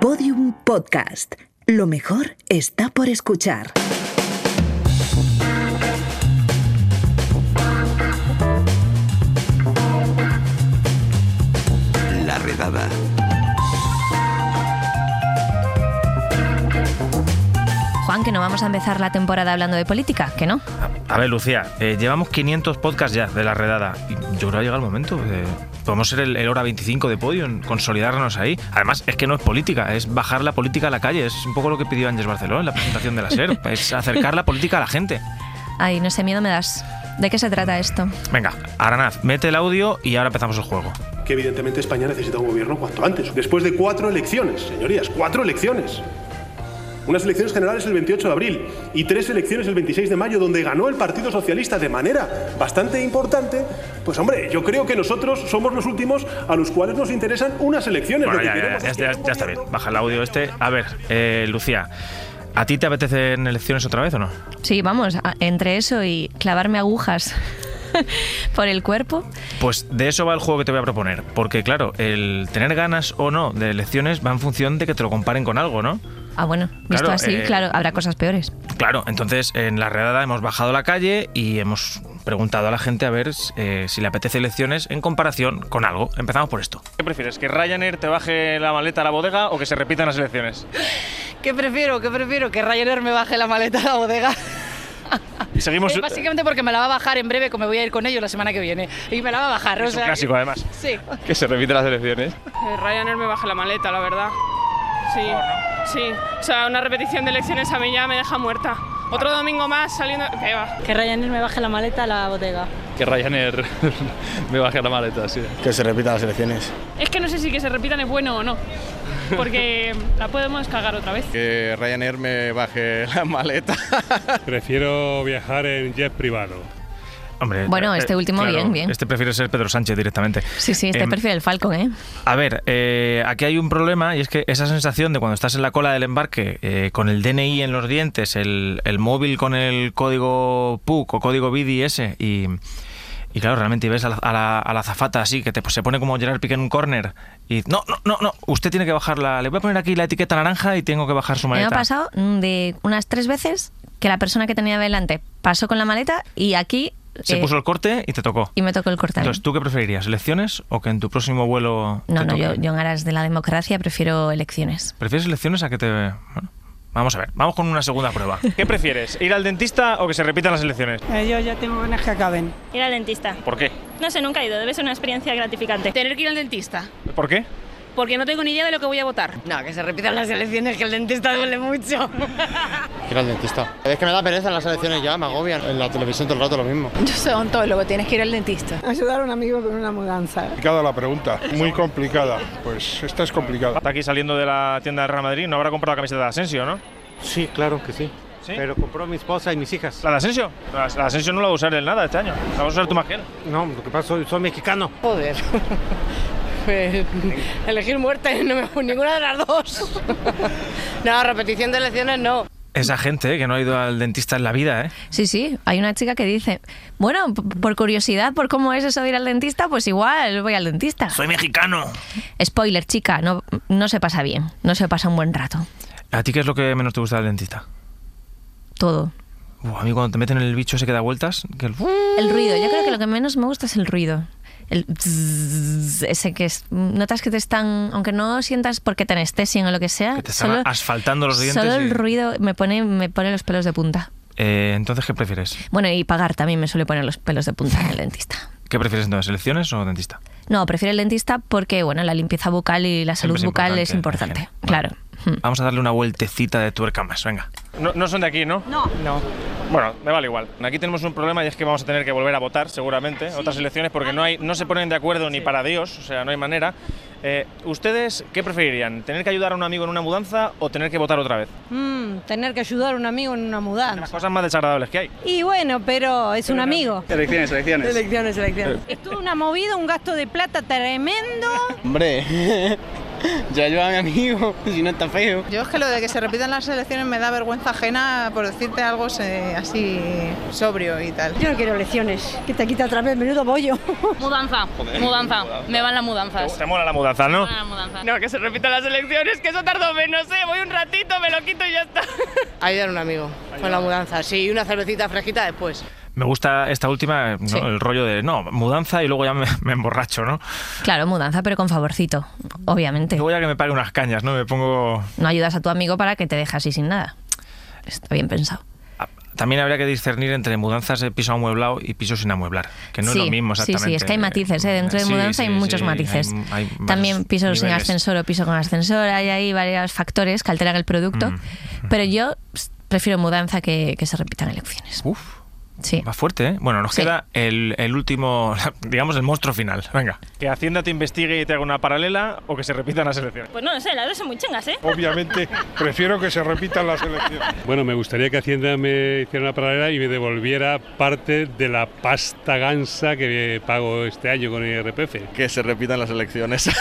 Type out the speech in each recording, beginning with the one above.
Podium Podcast. Lo mejor está por escuchar. La Redada. Juan, que no vamos a empezar la temporada hablando de política, ¿que no? A ver, Lucía, llevamos 500 podcasts ya de La Redada y yo creo que ha llegado el momento. Podemos ser el hora 25 de Podium, consolidarnos ahí. Además, es que no es política, es bajar la política a la calle. Es un poco lo que pidió Ángeles Barceló en la presentación de la SER. Es acercar la política a la gente. Ay, no sé, miedo me das. ¿De qué se trata esto? Venga, Aranaz, mete el audio y ahora empezamos el juego. Que evidentemente España necesita un gobierno cuanto antes. Después de 4 elecciones, señorías, 4 elecciones. Unas elecciones generales el 28 de abril y 3 elecciones el 26 de mayo, donde ganó el Partido Socialista de manera bastante importante. Pues hombre, yo creo que nosotros somos los últimos a los cuales nos interesan unas elecciones. Bueno, ya está bien, baja el audio este. A ver, Lucía, ¿a ti te apetecen elecciones otra vez o no? Sí, vamos, entre eso y clavarme agujas por el cuerpo. Pues de eso va el juego que te voy a proponer. Porque claro, el tener ganas o no de elecciones va en función de que te lo comparen con algo, ¿no? Ah, bueno, visto así, claro, habrá cosas peores. Claro, entonces en La Redada hemos bajado a la calle y hemos preguntado a la gente a ver si le apetece elecciones en comparación con algo. Empezamos por esto. ¿Qué prefieres, que Ryanair te baje la maleta a la bodega o que se repitan las elecciones? ¿Qué prefiero? Que Ryanair me baje la maleta a la bodega. Y seguimos... básicamente porque me la va a bajar en breve, que me voy a ir con ellos la semana que viene. Y me la va a bajar, es un clásico, además. Sí. Que se repiten las elecciones. Ryanair me baje la maleta, la verdad. Sí, sí. O sea, una repetición de elecciones a mí ya me deja muerta. Otro domingo más saliendo... ¿Qué va? Que Ryanair me baje la maleta a la bodega. Que Ryanair me baje la maleta, sí. Que se repitan las elecciones. Es que no sé si que se repitan es bueno o no. Porque la podemos cagar otra vez. Que Ryanair me baje la maleta. Prefiero viajar en jet privado. Hombre, bueno, este último claro, bien. Este prefiere ser Pedro Sánchez directamente. Sí, este prefiere el Falcon, ¿eh? A ver, aquí hay un problema y es que esa sensación de cuando estás en la cola del embarque con el DNI en los dientes, el móvil con el código PUC o código BIDI ese y claro, realmente ves a la azafata así, que se pone como Gerard Piqué en un córner y no, usted tiene que bajarla, le voy a poner aquí la etiqueta naranja y tengo que bajar su maleta. Me ha pasado de unas 3 veces que la persona que tenía delante pasó con la maleta y aquí... Se puso el corte y te tocó. Y me tocó el corte. Entonces, ¿tú qué preferirías? ¿Elecciones o que en tu próximo vuelo No, yo en aras de la democracia prefiero elecciones. ¿Prefieres elecciones a que te...? Bueno, vamos a ver, vamos con una segunda prueba. ¿Qué prefieres? ¿Ir al dentista o que se repitan las elecciones? Yo ya tengo ganas que acaben. Ir al dentista. ¿Por qué? No sé, nunca he ido, debe ser una experiencia gratificante. Tener que ir al dentista. ¿Por qué? Porque no tengo ni idea de lo que voy a votar. No, que se repitan las elecciones, que el dentista duele mucho. Ir al dentista. Es que me da pereza en las elecciones ya, me agobian. En la televisión todo el rato lo mismo. Yo soy odontólogo, tienes que ir al dentista. Ayudar a un amigo con una mudanza. Complicada la pregunta, muy complicada. Pues esta es complicada. Está aquí saliendo de la tienda de Real Madrid, no habrá comprado la camiseta de Asensio, ¿no? Sí, claro que sí. ¿Sí? Pero compró mi esposa y mis hijas. ¿La de Asensio? La de Asensio no la va a usar en nada este año. La vas a usar tú más que él. No, lo que pasa es que soy mexicano. Joder. Elegir muerte, no ninguna de las dos. No, repetición de elecciones no. Esa gente que no ha ido al dentista en la vida, ¿eh? Sí, hay una chica que dice, bueno, por curiosidad, por cómo es eso de ir al dentista, pues igual voy al dentista. ¡Soy mexicano! Spoiler, chica, no se pasa bien, no se pasa un buen rato. ¿A ti qué es lo que menos te gusta del dentista? Todo. A mí cuando te meten el bicho ese que da vueltas... El ruido, yo creo que lo que menos me gusta es el ruido. El ese que es, notas que te están, aunque no sientas porque te anestesien o lo que sea, que te están asfaltando los dientes. Solo el ruido me pone los pelos de punta. Entonces, ¿qué prefieres? Bueno, y pagar también me suele poner los pelos de punta en el dentista. ¿Qué prefieres entonces, elecciones o dentista? No, prefiero el dentista porque, bueno, la limpieza bucal y la salud bucal es importante. Claro. Vamos a darle una vueltecita de tuerca más, venga. No son de aquí, ¿no? No. Bueno, me vale igual. Aquí tenemos un problema y es que vamos a tener que volver a votar, seguramente, otras elecciones, porque no se ponen de acuerdo ni para Dios, o sea, no hay manera. ¿Ustedes qué preferirían? ¿Tener que ayudar a un amigo en una mudanza o tener que votar otra vez? Tener que ayudar a un amigo en una mudanza. Las cosas más desagradables que hay. Y bueno, pero es un amigo. Elecciones. Elecciones. Es toda una movida, un gasto de plata tremendo. Hombre, Yo ayudo a mi amigo, si no está feo. Yo es que lo de que se repitan las elecciones me da vergüenza ajena por decirte algo así sobrio y tal. Yo no quiero elecciones, que te quita otra vez, menudo bollo. Mudanza, me van las mudanzas. Te mola la mudanza, ¿no? No, que se repitan las elecciones, que eso tardó menos, voy un ratito, me lo quito y ya está. Ayudar a un amigo con la mudanza, sí, una cervecita fresquita después. Me gusta esta última, ¿no? Sí. El rollo de, mudanza y luego ya me emborracho, ¿no? Claro, mudanza, pero con favorcito, obviamente. Luego ya que me pague unas cañas, ¿no? Me pongo... No ayudas a tu amigo para que te deje así sin nada. Está bien pensado. También habría que discernir entre mudanzas de piso amueblado y piso sin amueblar, que no es lo mismo exactamente. Sí, es que hay matices, dentro de mudanza hay muchos matices. Hay También pisos sin niveles. ascensor o piso con ascensor, hay ahí varios factores que alteran el producto, pero yo prefiero mudanza que se repitan elecciones. Uf. Sí. Más fuerte, ¿eh? Bueno, nos queda el último, digamos, el monstruo final. Venga. Que Hacienda te investigue y te haga una paralela o que se repitan las elecciones. Pues no lo sé, las dos son muy chingas, ¿eh? Obviamente, prefiero que se repitan las elecciones. Bueno, me gustaría que Hacienda me hiciera una paralela y me devolviera parte de la pasta gansa que pago este año con el IRPF. Que se repitan las elecciones. Sí.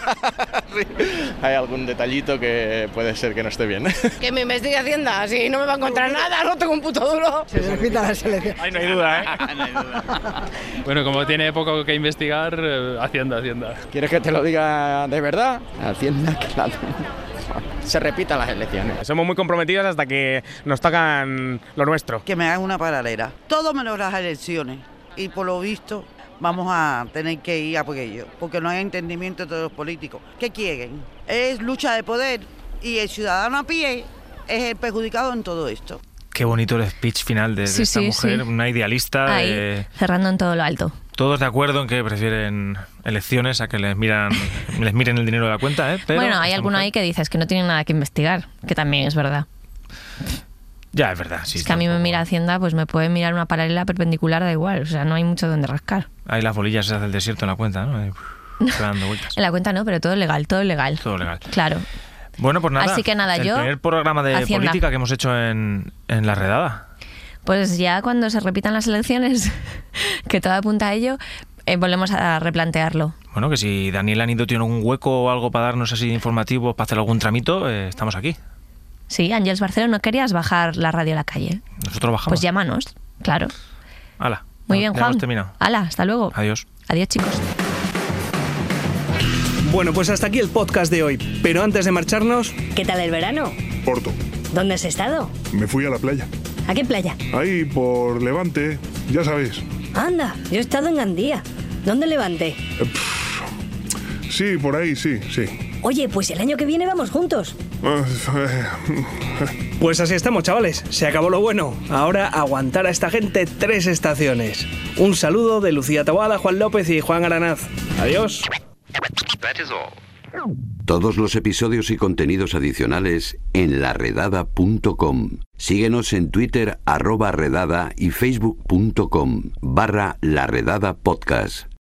Hay algún detallito que puede ser que no esté bien. Que me investigue Hacienda, si no me va a encontrar nada, no tengo un puto duro. Se repitan las elecciones. Ahí no hay duda, ¿eh? No hay duda. Bueno, como tiene poco que investigar, Hacienda. ¿Quieres que te lo diga de verdad? Hacienda que se repitan las elecciones. Somos muy comprometidos hasta que nos tocan lo nuestro. Que me hagan una paralela. Todo menos las elecciones. Y por lo visto vamos a tener que ir a por ello, porque no hay entendimiento entre los políticos. ¿Qué quieren? Es lucha de poder y el ciudadano a pie es el perjudicado en todo esto. Qué bonito el speech final de esta mujer, una idealista. Ahí, cerrando en todo lo alto. Todos de acuerdo en que prefieren elecciones a que les miren el dinero de la cuenta, ¿eh? Pero bueno, hay alguno mujer... ahí que dices que no tienen nada que investigar, que también es verdad. Ya, es verdad, sí. Es que a mí me mira Hacienda, pues me puede mirar una paralela perpendicular, da igual, o sea, no hay mucho donde rascar. Hay las bolillas esas del desierto en la cuenta, ¿no? Dando vueltas. En la cuenta no, pero todo legal, todo legal. Todo legal. Claro. Bueno, pues nada. Así que nada, el yo... primer programa de Hacienda. política que hemos hecho en La Redada. Pues ya cuando se repitan las elecciones, que todo apunta a ello, volvemos a replantearlo. Bueno, que si Daniel Anido tiene un hueco o algo para darnos así informativos, para hacer algún tramito, estamos aquí. Sí, Ángeles Barceló, ¿no querías bajar la radio a la calle? Nosotros bajamos. Pues llámanos, claro. Hala. Muy bien, ya Juan. hemos terminado. Hala, hasta luego. Adiós. Adiós, chicos. Bueno, pues hasta aquí el podcast de hoy. Pero antes de marcharnos... ¿Qué tal el verano? Porto. ¿Dónde has estado? Me fui a la playa. ¿A qué playa? Ahí, por Levante, ya sabéis. Anda, yo he estado en Gandía. ¿Dónde Levante? Sí, por ahí, sí. Oye, pues el año que viene vamos juntos. Pues así estamos, chavales. Se acabó lo bueno. Ahora aguantar a esta gente 3 estaciones. Un saludo de Lucía Taboada, Juan López y Juan Aranaz. Adiós. Todos los episodios y contenidos adicionales en laredada.com. Síguenos en Twitter @redada y facebook.com/laredadapodcast.